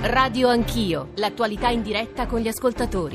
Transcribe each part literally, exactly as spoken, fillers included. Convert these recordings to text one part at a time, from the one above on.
Radio Anch'io, l'attualità in diretta con gli ascoltatori.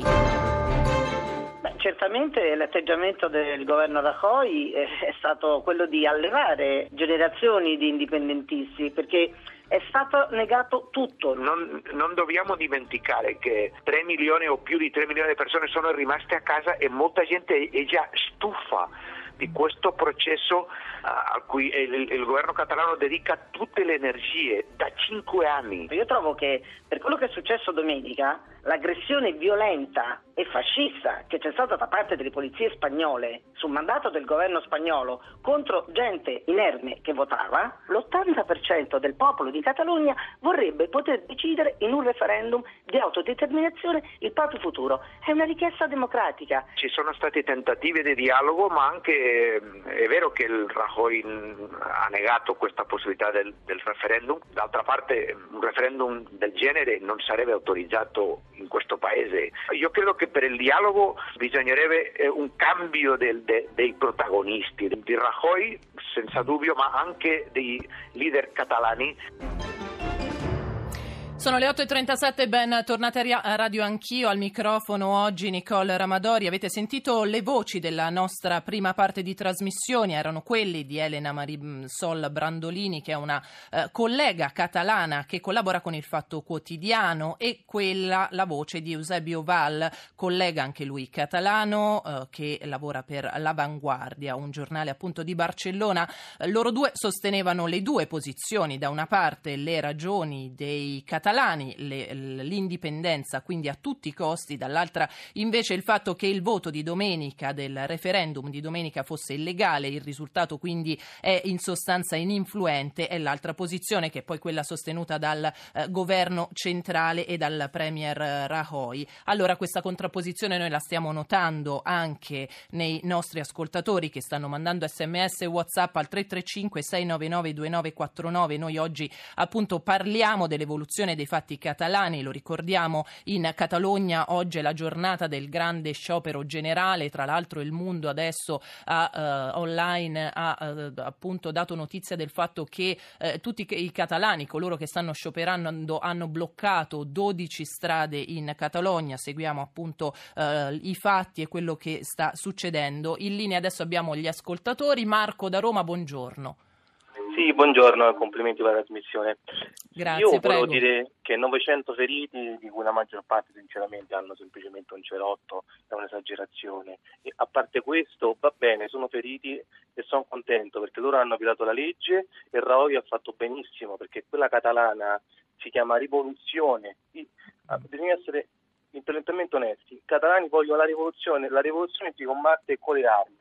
Beh, certamente l'atteggiamento del governo Rajoy è stato quello di allevare generazioni di indipendentisti, perché è stato negato tutto. Non, non dobbiamo dimenticare che tre milioni o più di tre milioni di persone sono rimaste a casa e molta gente è già stufa di questo processo uh, a cui il, il governo catalano dedica tutte le energie da cinque anni. Io trovo che per quello che è successo domenica, l'aggressione violenta e fascista che c'è stata da parte delle polizie spagnole sul mandato del governo spagnolo contro gente inerme che votava, l'ottanta per cento del popolo di Catalogna vorrebbe poter decidere in un referendum di autodeterminazione il proprio futuro. È una richiesta democratica. Ci sono stati tentativi di dialogo, ma anche è vero che il Rajoy ha negato questa possibilità del, del referendum. D'altra parte un referendum del genere non sarebbe autorizzato in questo paese. Io credo che per il dialogo bisognerebbe un cambio del, de, dei protagonisti, di Rajoy senza dubbio, ma anche dei leader catalani. Sono le otto e trentasette, ben tornate a Radio Anch'io, al microfono oggi Nicole Ramadori. Avete sentito le voci della nostra prima parte di trasmissione, erano quelli di Elena Marisol Brandolini, che è una eh, collega catalana che collabora con il Fatto Quotidiano, e quella, la voce di Eusebio Val, collega anche lui catalano, eh, che lavora per L'Avanguardia, un giornale appunto di Barcellona. Eh, loro due sostenevano le due posizioni: da una parte le ragioni dei catalani, Le, l'indipendenza quindi a tutti i costi, dall'altra invece il fatto che il voto di domenica del referendum di domenica fosse illegale, il risultato quindi è in sostanza ininfluente. È l'altra posizione, che è poi quella sostenuta dal eh, governo centrale e dal premier Rajoy. Allora, questa contrapposizione noi la stiamo notando anche nei nostri ascoltatori, che stanno mandando sms e WhatsApp al tre tre cinque sei nove nove due nove quattro nove. Noi oggi appunto parliamo dell'evoluzione dei fatti catalani. Lo ricordiamo, in Catalogna oggi è la giornata del grande sciopero generale. Tra l'altro il Mundo adesso ha, uh, online ha uh, appunto dato notizia del fatto che uh, tutti i catalani, coloro che stanno scioperando, hanno bloccato dodici strade in Catalogna. Seguiamo appunto uh, i fatti e quello che sta succedendo. In linea adesso abbiamo gli ascoltatori. Marco da Roma, buongiorno. Sì, buongiorno, complimenti per la trasmissione. Grazie, Io prego. volevo dire che novecento feriti, di cui la maggior parte sinceramente hanno semplicemente un cerotto, è un'esagerazione. E a parte questo, va bene, sono feriti e sono contento perché loro hanno violato la legge e Rajoy ha fatto benissimo, perché quella catalana si chiama rivoluzione. Bisogna essere intellettualmente onesti. I catalani vogliono la rivoluzione, la rivoluzione si combatte con le armi.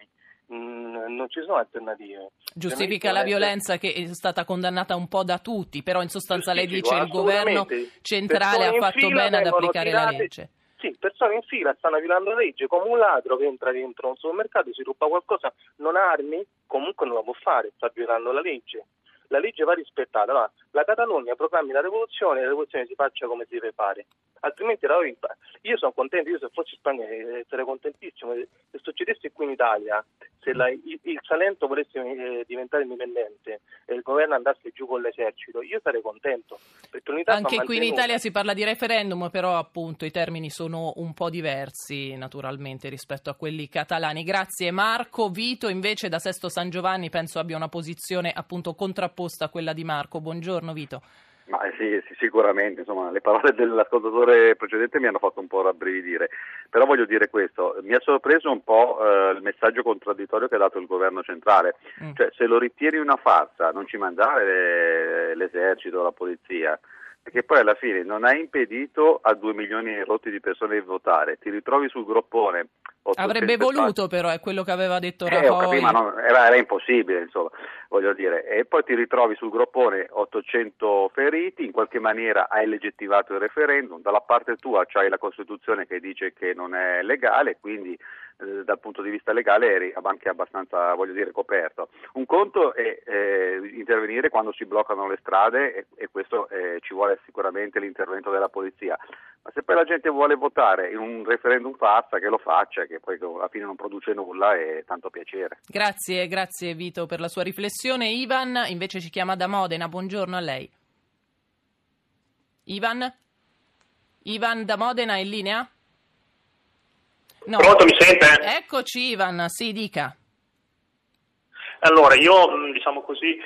Mm, non ci sono alternative. Giustifica la violenza che è stata condannata un po' da tutti, però in sostanza lei dice il governo centrale ha fatto bene ad applicare tirate, la legge. Sì, persone in fila stanno violando la legge, come un ladro che entra dentro un supermercato, si ruba qualcosa, non ha armi, comunque non la può fare, sta violando la legge. La legge va rispettata. Allora, la Catalogna proclami la rivoluzione e la rivoluzione si faccia come si deve fare, altrimenti la io sono contento, io se fossi spagnolo sarei contentissimo se succedesse qui in Italia, se la, il, il Salento volesse eh, diventare indipendente e il governo andasse giù con l'esercito, io sarei contento, perché l'unità anche qui in Italia si parla di referendum, però appunto i termini sono un po' diversi naturalmente rispetto a quelli catalani. Grazie Marco. Vito invece da Sesto San Giovanni penso abbia una posizione appunto contrapposta a quella di Marco. Buongiorno Vito. Ma sì, sì, sicuramente, insomma, le parole dell'ascoltatore precedente mi hanno fatto un po' rabbrividire, però voglio dire questo, mi ha sorpreso un po' eh, il messaggio contraddittorio che ha dato il governo centrale, mm. cioè se lo ritieni una farsa non ci mandare l'esercito, la polizia, perché poi alla fine non hai impedito a due milioni e rotti di persone di votare, ti ritrovi sul groppone. Avrebbe voluto però, è quello che aveva detto Rajoy. Eh, ho capito, ma non, era, era impossibile, insomma, voglio dire. E poi ti ritrovi sul groppone ottocento feriti, in qualche maniera hai legittimato il referendum, dalla parte tua c'hai la Costituzione che dice che non è legale, quindi eh, dal punto di vista legale eri anche abbastanza, voglio dire, coperto. Un conto è eh, intervenire quando si bloccano le strade e, e questo eh, ci vuole sicuramente l'intervento della polizia. Ma se poi la gente vuole votare in un referendum farsa, che lo faccia, che poi alla fine non produce nulla, è tanto piacere. Grazie, grazie Vito per la sua riflessione. Ivan invece ci chiama da Modena, buongiorno a lei. Ivan? Ivan da Modena in linea? No. Pronto, mi sente? Eccoci Ivan, sì, dica. Allora, io diciamo così,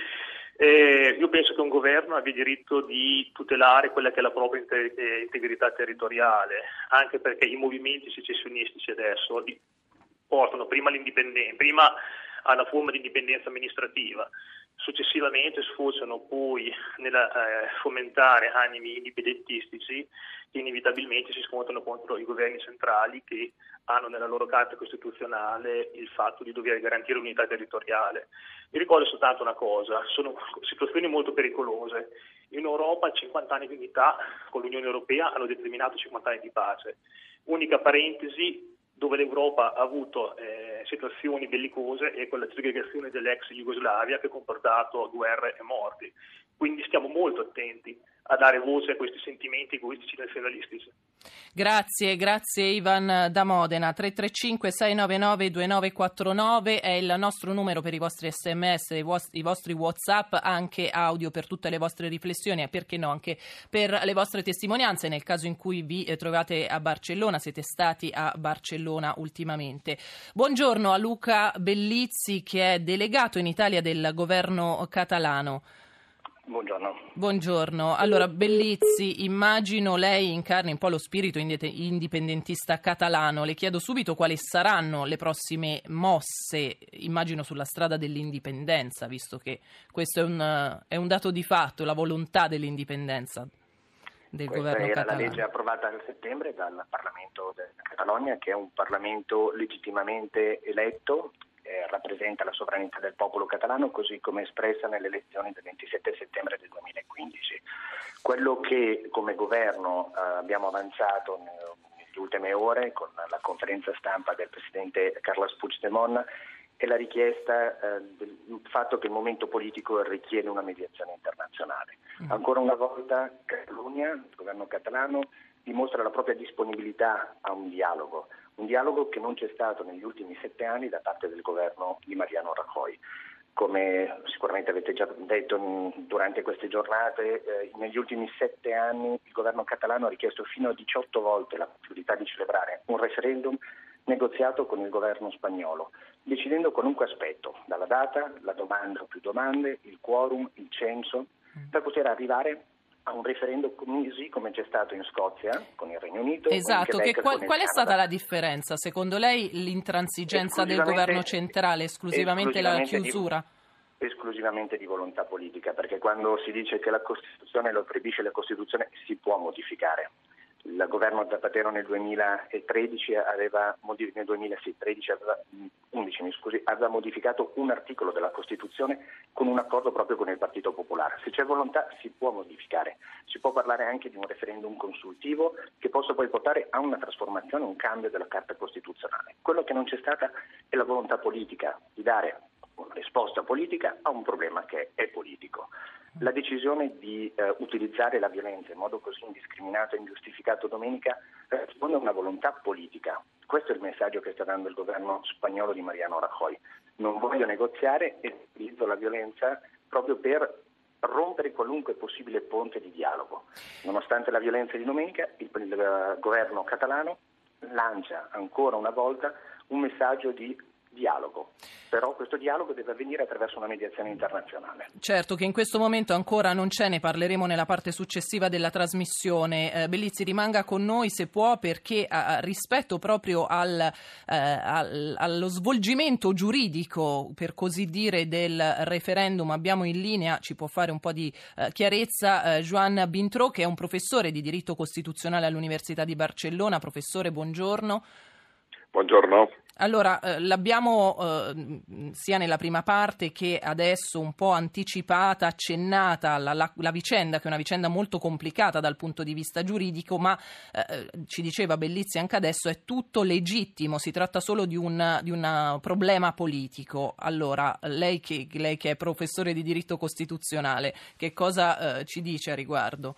eh, io penso che un governo abbia diritto di tutelare quella che è la propria integrità territoriale, anche perché i movimenti secessionistici adesso portano prima all'indipendenza, prima a una forma di indipendenza amministrativa, successivamente sfociano poi nel eh, fomentare animi indipendentistici che inevitabilmente si scontrano contro i governi centrali che hanno nella loro carta costituzionale il fatto di dover garantire l'unità territoriale. Vi ricordo soltanto una cosa, sono situazioni molto pericolose. In Europa cinquanta anni di unità con l'Unione Europea hanno determinato cinquanta anni di pace. Unica parentesi dove l'Europa ha avuto eh, situazioni bellicose è con la segregazione dell'ex Jugoslavia che ha comportato guerre e morti. Quindi stiamo molto attenti a dare voce a questi sentimenti egoistici nazionalistici. Grazie, grazie Ivan da Modena. tre tre cinque sei nove nove due nove quattro nove è il nostro numero per i vostri sms, i vostri, i vostri WhatsApp, anche audio per tutte le vostre riflessioni e perché no anche per le vostre testimonianze nel caso in cui vi trovate a Barcellona, siete stati a Barcellona ultimamente. Buongiorno a Luca Bellizzi che è delegato in Italia del governo catalano. Buongiorno. Buongiorno. Allora, Bellizzi, immagino lei incarni un po' lo spirito indipendentista catalano. Le chiedo subito quali saranno le prossime mosse, immagino sulla strada dell'indipendenza, visto che questo è un, è un dato di fatto, la volontà dell'indipendenza del Questa governo era catalano. La legge approvata a settembre dal Parlamento della Catalogna, che è un Parlamento legittimamente eletto, eh, rappresenta la sovranità del popolo catalano, così come espressa nelle elezioni del ventisette settembre del duemilaquindici. Quello che come governo eh, abbiamo avanzato nelle ultime ore con la conferenza stampa del presidente Carles Puigdemont è la richiesta eh, del fatto che il momento politico richiede una mediazione internazionale. Mm. Ancora una volta Catalunya, il governo catalano, dimostra la propria disponibilità a un dialogo, un dialogo che non c'è stato negli ultimi sette anni da parte del governo di Mariano Rajoy. Come sicuramente avete già detto durante queste giornate, eh, negli ultimi sette anni il governo catalano ha richiesto fino a diciotto volte la possibilità di celebrare un referendum negoziato con il governo spagnolo, decidendo qualunque aspetto, dalla data, la domanda o più domande, il quorum, il censo, per poter arrivare a un referendum così come c'è stato in Scozia con il Regno Unito. Esatto, Quebec, che qual, con il qual è Canada. stata la differenza? Secondo lei l'intransigenza del governo centrale, esclusivamente, esclusivamente la chiusura? Di, esclusivamente di volontà politica, perché quando si dice che la Costituzione lo proibisce, la Costituzione si può modificare. Il governo Zapatero nel duemilatredici aveva nel duemilatredici aveva, undici, mi scusi, aveva modificato un articolo della Costituzione con un accordo proprio con il Partito Popolare. Se c'è volontà si può modificare, si può parlare anche di un referendum consultivo che possa poi portare a una trasformazione, un cambio della Carta Costituzionale. Quello che non c'è stata è la volontà politica di dare una risposta politica a un problema che è politico. La decisione di eh, utilizzare la violenza in modo così indiscriminato e ingiustificato domenica risponde a una volontà politica. Questo è il messaggio che sta dando il governo spagnolo di Mariano Rajoy. Non voglio negoziare e utilizzo la violenza proprio per rompere qualunque possibile ponte di dialogo. Nonostante la violenza di domenica, il, il governo catalano lancia ancora una volta un messaggio di dialogo, però questo dialogo deve avvenire attraverso una mediazione internazionale. Certo che in questo momento ancora non c'è, ne parleremo nella parte successiva della trasmissione. Eh, Bellizzi, rimanga con noi se può, perché eh, rispetto proprio al, eh, al, allo svolgimento giuridico, per così dire, del referendum abbiamo in linea, ci può fare un po' di eh, chiarezza, eh, Joan Bintró, che è un professore di diritto costituzionale all'Università di Barcellona. Professore, buongiorno. Buongiorno. Allora, eh, l'abbiamo eh, sia nella prima parte che adesso un po' anticipata, accennata la, la, la vicenda, che è una vicenda molto complicata dal punto di vista giuridico, ma eh, ci diceva Bellizzi anche adesso, è tutto legittimo, si tratta solo di un, di un problema politico. Allora, lei che, lei che è professore di diritto costituzionale, che cosa eh, ci dice a riguardo?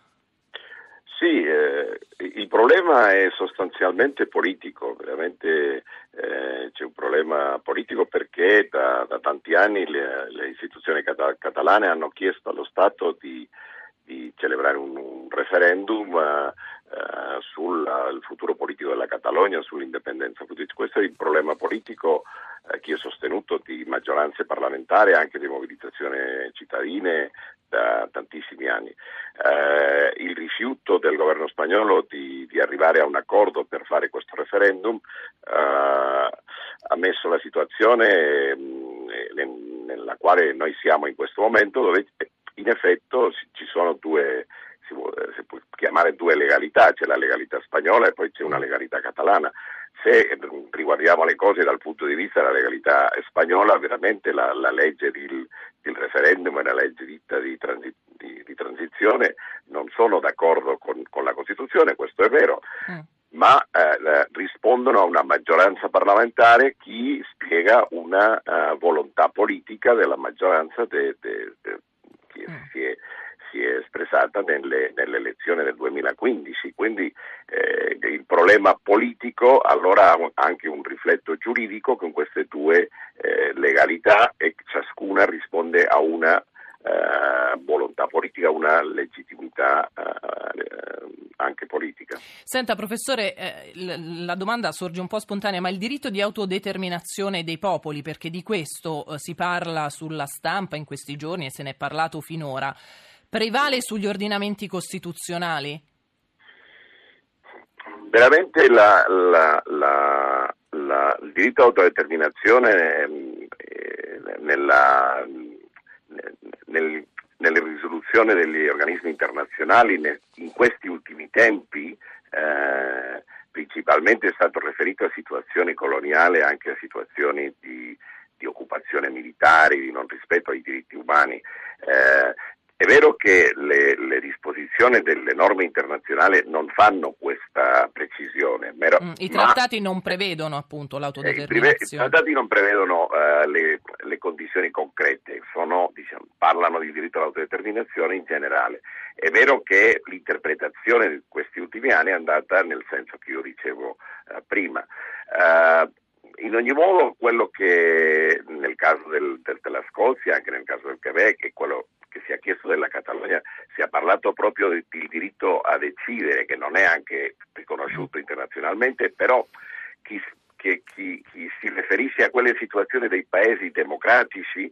Sì, eh, il problema è sostanzialmente politico, veramente eh, c'è un problema politico perché da, da tanti anni le, le istituzioni cata- catalane hanno chiesto allo Stato di, di celebrare un, un referendum eh, eh, sul il futuro politico della Catalogna, sull'indipendenza politica. Questo è il problema politico eh, che io ho sostenuto di maggioranze parlamentari, anche di mobilitazioni cittadine da tantissimi anni. Eh, il rifiuto del governo spagnolo di, di arrivare a un accordo per fare questo referendum eh, ha messo la situazione mh, nella quale noi siamo in questo momento, dove in effetti ci sono due, si può, si può chiamare due legalità, c'è la legalità spagnola e poi c'è una legalità catalana. Se riguardiamo le cose dal punto di vista della legalità spagnola, veramente la, la legge del, del referendum e la legge dita di, transi, di, di transizione non sono d'accordo con, con la Costituzione, questo è vero, mm. ma eh, rispondono a una maggioranza parlamentare che spiega una uh, volontà politica della maggioranza de, de, de, che mm. si è si è espressata nelle, nelle elezioni del duemilaquindici, quindi eh, il problema politico allora ha anche un riflesso giuridico con queste due eh, legalità e ciascuna risponde a una eh, volontà politica, una legittimità eh, anche politica. Senta professore, eh, la domanda sorge un po' spontanea, ma il diritto di autodeterminazione dei popoli, perché di questo eh, si parla sulla stampa in questi giorni e se ne è parlato finora, prevale sugli ordinamenti costituzionali? Veramente la, la, la, la, il diritto all'autodeterminazione eh, nella, nel, nelle risoluzioni degli organismi internazionali ne, in questi ultimi tempi eh, principalmente è stato riferito a situazioni coloniali e anche a situazioni di, di occupazione militare, di non rispetto ai diritti umani. Eh, È vero che le, le disposizioni delle norme internazionali non fanno questa precisione. Mero, mm, I trattati ma, non prevedono appunto l'autodeterminazione. Eh, I, I trattati non prevedono uh, le, le condizioni concrete, sono, diciamo, parlano di diritto all'autodeterminazione in generale. È vero che l'interpretazione di questi ultimi anni è andata nel senso che io dicevo uh, prima. Uh, In ogni modo, quello che nel caso del, del, della Scozia, anche nel caso del Quebec, e quello che si è chiesto della Catalogna, si è parlato proprio del, del diritto a decidere, che non è anche riconosciuto internazionalmente, però chi, che, chi, chi si riferisce a quelle situazioni dei paesi democratici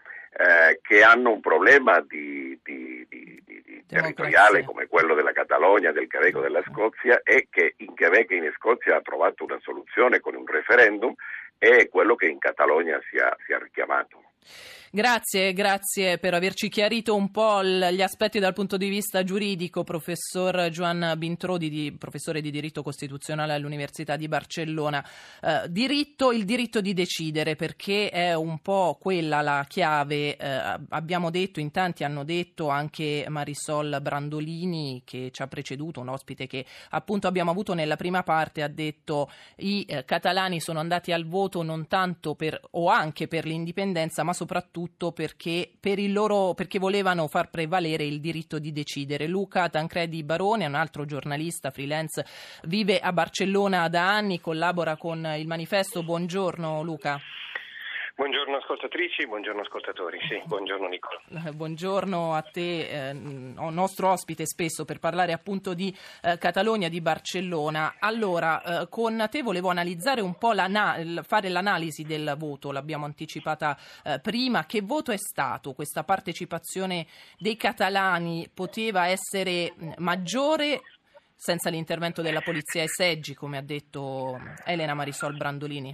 eh, che hanno un problema di, di, di, di, di territoriale come quello della Catalogna, del Quebec o della Scozia, e che in Quebec e in Scozia ha trovato una soluzione con un referendum, è quello che in Catalogna si ha, si ha richiamato. Grazie, grazie per averci chiarito un po' gli aspetti dal punto di vista giuridico, professor Joan Vintrodi, di, professore di diritto costituzionale all'Università di Barcellona. Eh, diritto, il diritto di decidere, perché è un po' quella la chiave. Eh, abbiamo detto, in tanti hanno detto, anche Marisol Brandolini che ci ha preceduto, un ospite che appunto abbiamo avuto nella prima parte, ha detto i eh, catalani sono andati al voto non tanto per o anche per l'indipendenza, ma soprattutto perché per il loro perché volevano far prevalere il diritto di decidere. Luca Tancredi Barone è un altro giornalista freelance, vive a Barcellona da anni, collabora con il Manifesto. Buongiorno Luca. Buongiorno ascoltatrici, buongiorno ascoltatori. Sì, buongiorno Nicola. Buongiorno a te, eh, nostro ospite spesso per parlare appunto di eh, Catalogna, di Barcellona. Allora, eh, con te volevo analizzare un po' l'ana- fare l'analisi del voto, l'abbiamo anticipata eh, prima. Che voto è stato? Questa partecipazione dei catalani poteva essere maggiore senza l'intervento della polizia ai seggi, come ha detto Elena Marisol Brandolini?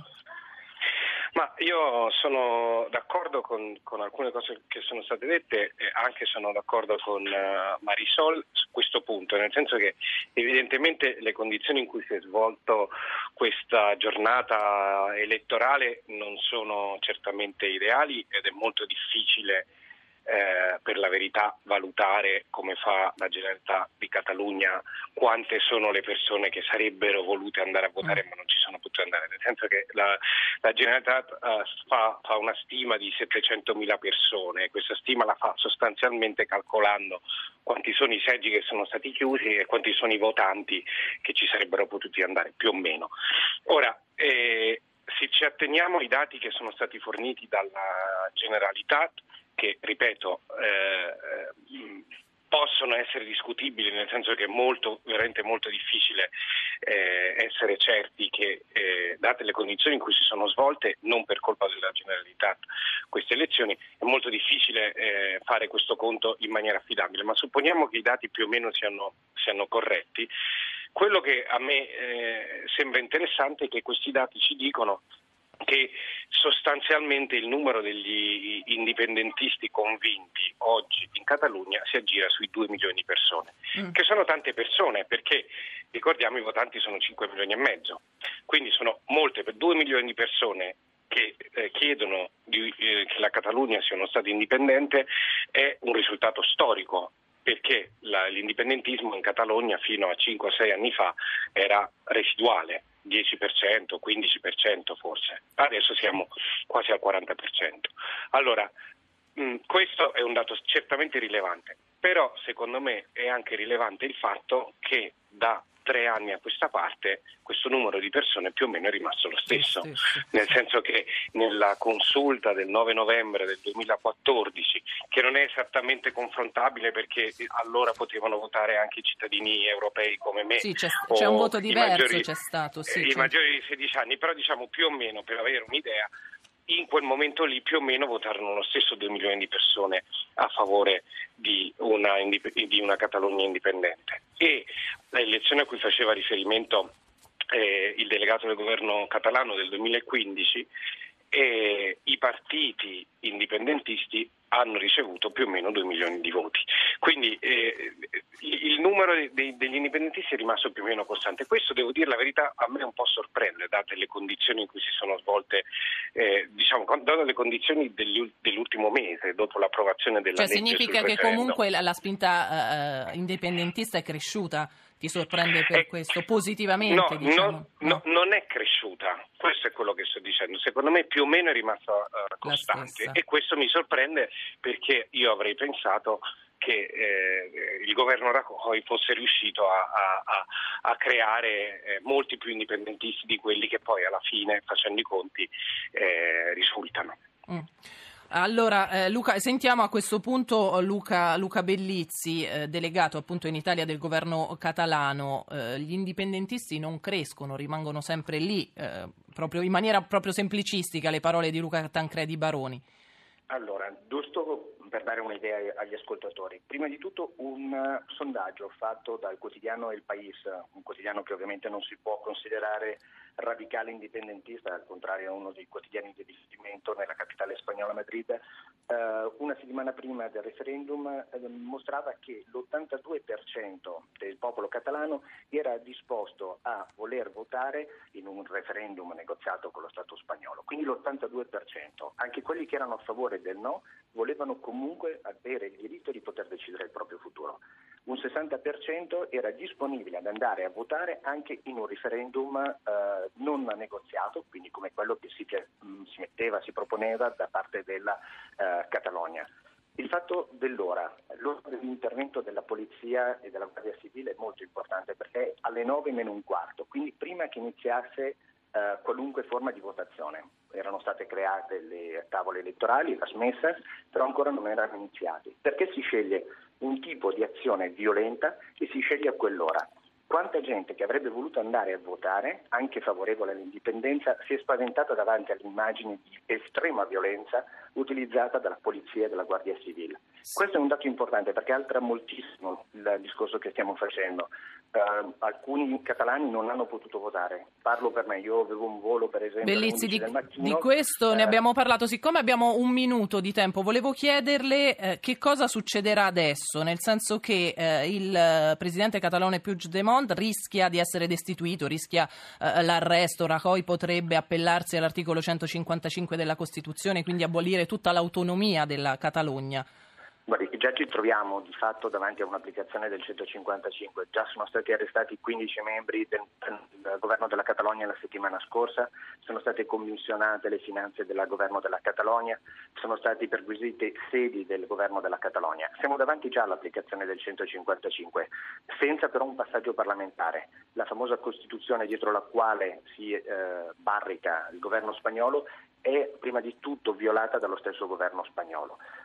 Ma io sono d'accordo con, con alcune cose che sono state dette e anche sono d'accordo con uh, Marisol su questo punto, nel senso che evidentemente le condizioni in cui si è svolto questa giornata elettorale non sono certamente ideali ed è molto difficile Eh, per la verità valutare, come fa la Generalitat di Catalogna, quante sono le persone che sarebbero volute andare a votare ma non ci sono potute andare, nel senso che la, la Generalitat uh, fa, fa una stima di settecentomila persone, questa stima la fa sostanzialmente calcolando quanti sono i seggi che sono stati chiusi e quanti sono i votanti che ci sarebbero potuti andare, più o meno. Ora, eh, se ci atteniamo ai dati che sono stati forniti dalla Generalitat, che ripeto eh, posso possono essere discutibili, nel senso che è molto, veramente molto difficile eh, essere certi che, eh, date le condizioni in cui si sono svolte, non per colpa della Generalitat, queste elezioni, è molto difficile eh, fare questo conto in maniera affidabile, ma supponiamo che i dati più o meno siano, siano corretti. Quello che a me eh, sembra interessante è che questi dati ci dicono che sostanzialmente il numero degli indipendentisti convinti oggi in Catalogna si aggira sui due milioni di persone, mm. che sono tante persone, perché ricordiamo i votanti sono cinque milioni e mezzo, quindi sono molte, per due milioni di persone che eh, chiedono di, eh, che la Catalogna sia uno Stato indipendente è un risultato storico, perché la, l'indipendentismo in Catalogna fino a cinque o sei anni fa era residuale, dieci per cento, quindici per cento forse, adesso siamo quasi al quaranta per cento. Allora, mh, questo è un dato certamente rilevante, però secondo me è anche rilevante il fatto che da tre anni a questa parte questo numero di persone più o meno è rimasto lo stesso, nel senso che nella consulta del nove novembre del duemilaquattordici, che non è esattamente confrontabile perché allora potevano votare anche i cittadini europei come me, sì, c'è, c'è un voto diverso, maggiori, c'è stato sì, i c'è. maggiori di sedici anni, però diciamo più o meno, per avere un'idea, in quel momento lì più o meno votarono lo stesso due milioni di persone a favore di una, di una Catalogna indipendente. E l'elezione a cui faceva riferimento eh, il delegato del governo catalano del duemilaquindici, eh, i partiti indipendentisti hanno ricevuto più o meno due milioni di voti. Quindi eh, il numero dei, degli indipendentisti è rimasto più o meno costante. Questo, devo dire la verità, a me un po' sorprende, date le condizioni in cui si sono svolte, eh, diciamo, date le condizioni degli, dell'ultimo mese, dopo l'approvazione della cioè, legge significa sul che referendum. comunque la, la spinta uh, indipendentista è cresciuta? Ti sorprende per eh, questo? Positivamente, no, diciamo? No, no, non è cresciuta, questo è quello che sto dicendo. Secondo me più o meno è rimasta uh, costante, e questo mi sorprende perché io avrei pensato che eh, il governo Rajoy fosse riuscito a, a, a creare eh, molti più indipendentisti di quelli che poi alla fine, facendo i conti, eh, risultano. Mm. Allora, eh, Luca, sentiamo a questo punto Luca, Luca Bellizzi, eh, delegato appunto in Italia del governo catalano. Eh, gli indipendentisti non crescono, rimangono sempre lì, eh, proprio in maniera proprio semplicistica, le parole di Luca Tancredi Baroni. Allora, giusto per dare un'idea agli ascoltatori, prima di tutto un sondaggio fatto dal quotidiano El País, un quotidiano che ovviamente non si può considerare radicale indipendentista, al contrario è uno dei quotidiani di riferimento nella capitale spagnola Madrid, eh, una settimana prima del referendum eh, mostrava che l'ottantadue per cento del popolo catalano era disposto a voler votare in un referendum negoziato con lo Stato spagnolo, quindi l'ottantadue per cento. Anche quelli che erano a favore del no volevano comunque avere il diritto di poter decidere il proprio futuro. Un sessanta per cento era disponibile ad andare a votare anche in un referendum eh, non negoziato, quindi come quello che si, mh, si metteva, si proponeva da parte della eh, Catalogna. Il fatto dell'ora, l'ora dell'intervento della polizia e della Guardia Civile è molto importante perché è alle nove meno un quarto, quindi prima che iniziasse eh, qualunque forma di votazione. Erano state create le tavole elettorali, las mesas, però ancora non erano iniziati. Perché si sceglie un tipo di azione violenta e si sceglie a quell'ora? Quanta gente che avrebbe voluto andare a votare, anche favorevole all'indipendenza, si è spaventata davanti alle immagini di estrema violenza utilizzata dalla polizia e dalla Guardia Civile. Questo è un dato importante perché altera moltissimo il discorso che stiamo facendo. Uh, alcuni catalani non hanno potuto votare. Parlo per me, io avevo un volo per esempio Bellizzi, alle undici di, del mattino. Di questo eh, ne abbiamo parlato. Siccome abbiamo un minuto di tempo, volevo chiederle eh, che cosa succederà adesso, nel senso che eh, il presidente catalano Puigdemont rischia di essere destituito, rischia eh, l'arresto. Rajoy potrebbe appellarsi all'articolo centocinquantacinque della Costituzione, quindi abolire tutta l'autonomia della Catalogna. Guardi, già ci troviamo di fatto davanti a un'applicazione del centocinquantacinque, già sono stati arrestati quindici membri del, del governo della Catalogna la settimana scorsa, sono state commissionate le finanze del governo della Catalogna, sono stati perquisite sedi del governo della Catalogna. Siamo davanti già all'applicazione del centocinquantacinque, senza però un passaggio parlamentare. La famosa Costituzione dietro la quale si eh, barrica il governo spagnolo è prima di tutto violata dallo stesso governo spagnolo.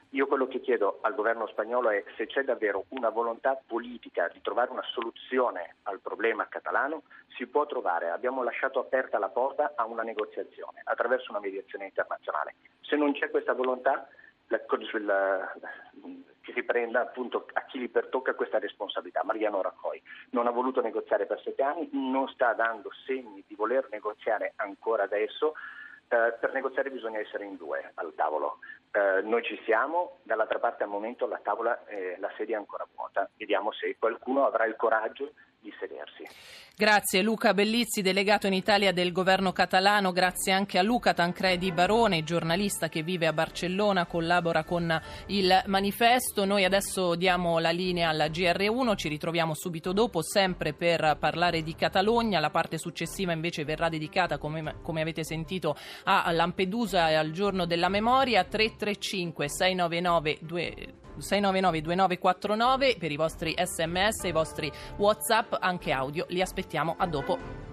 Io quello che chiedo al governo spagnolo è se c'è davvero una volontà politica di trovare una soluzione al problema catalano, si può trovare. Abbiamo lasciato aperta la porta a una negoziazione attraverso una mediazione internazionale. Se non c'è questa volontà, la, la, che si prenda appunto a chi gli pertocca questa responsabilità. Mariano Rajoy non ha voluto negoziare per sette anni, non sta dando segni di voler negoziare ancora adesso. Uh, per negoziare bisogna essere in due al tavolo. Uh, noi ci siamo, dall'altra parte al momento la tavola, eh, la sedia è ancora vuota. Vediamo se qualcuno avrà il coraggio di sedersi. Grazie Luca Bellizzi, delegato in Italia del governo catalano. Grazie anche a Luca Tancredi Barone, giornalista che vive a Barcellona, collabora con il Manifesto. Noi adesso diamo la linea alla G R uno, ci ritroviamo subito dopo, sempre per parlare di Catalogna. La parte successiva invece verrà dedicata, come, come avete sentito, a Lampedusa e al giorno della memoria. Tre tre cinque sei nove nove due nove quattro nove per i vostri sms, i vostri WhatsApp, anche audio. Li aspettiamo. A dopo.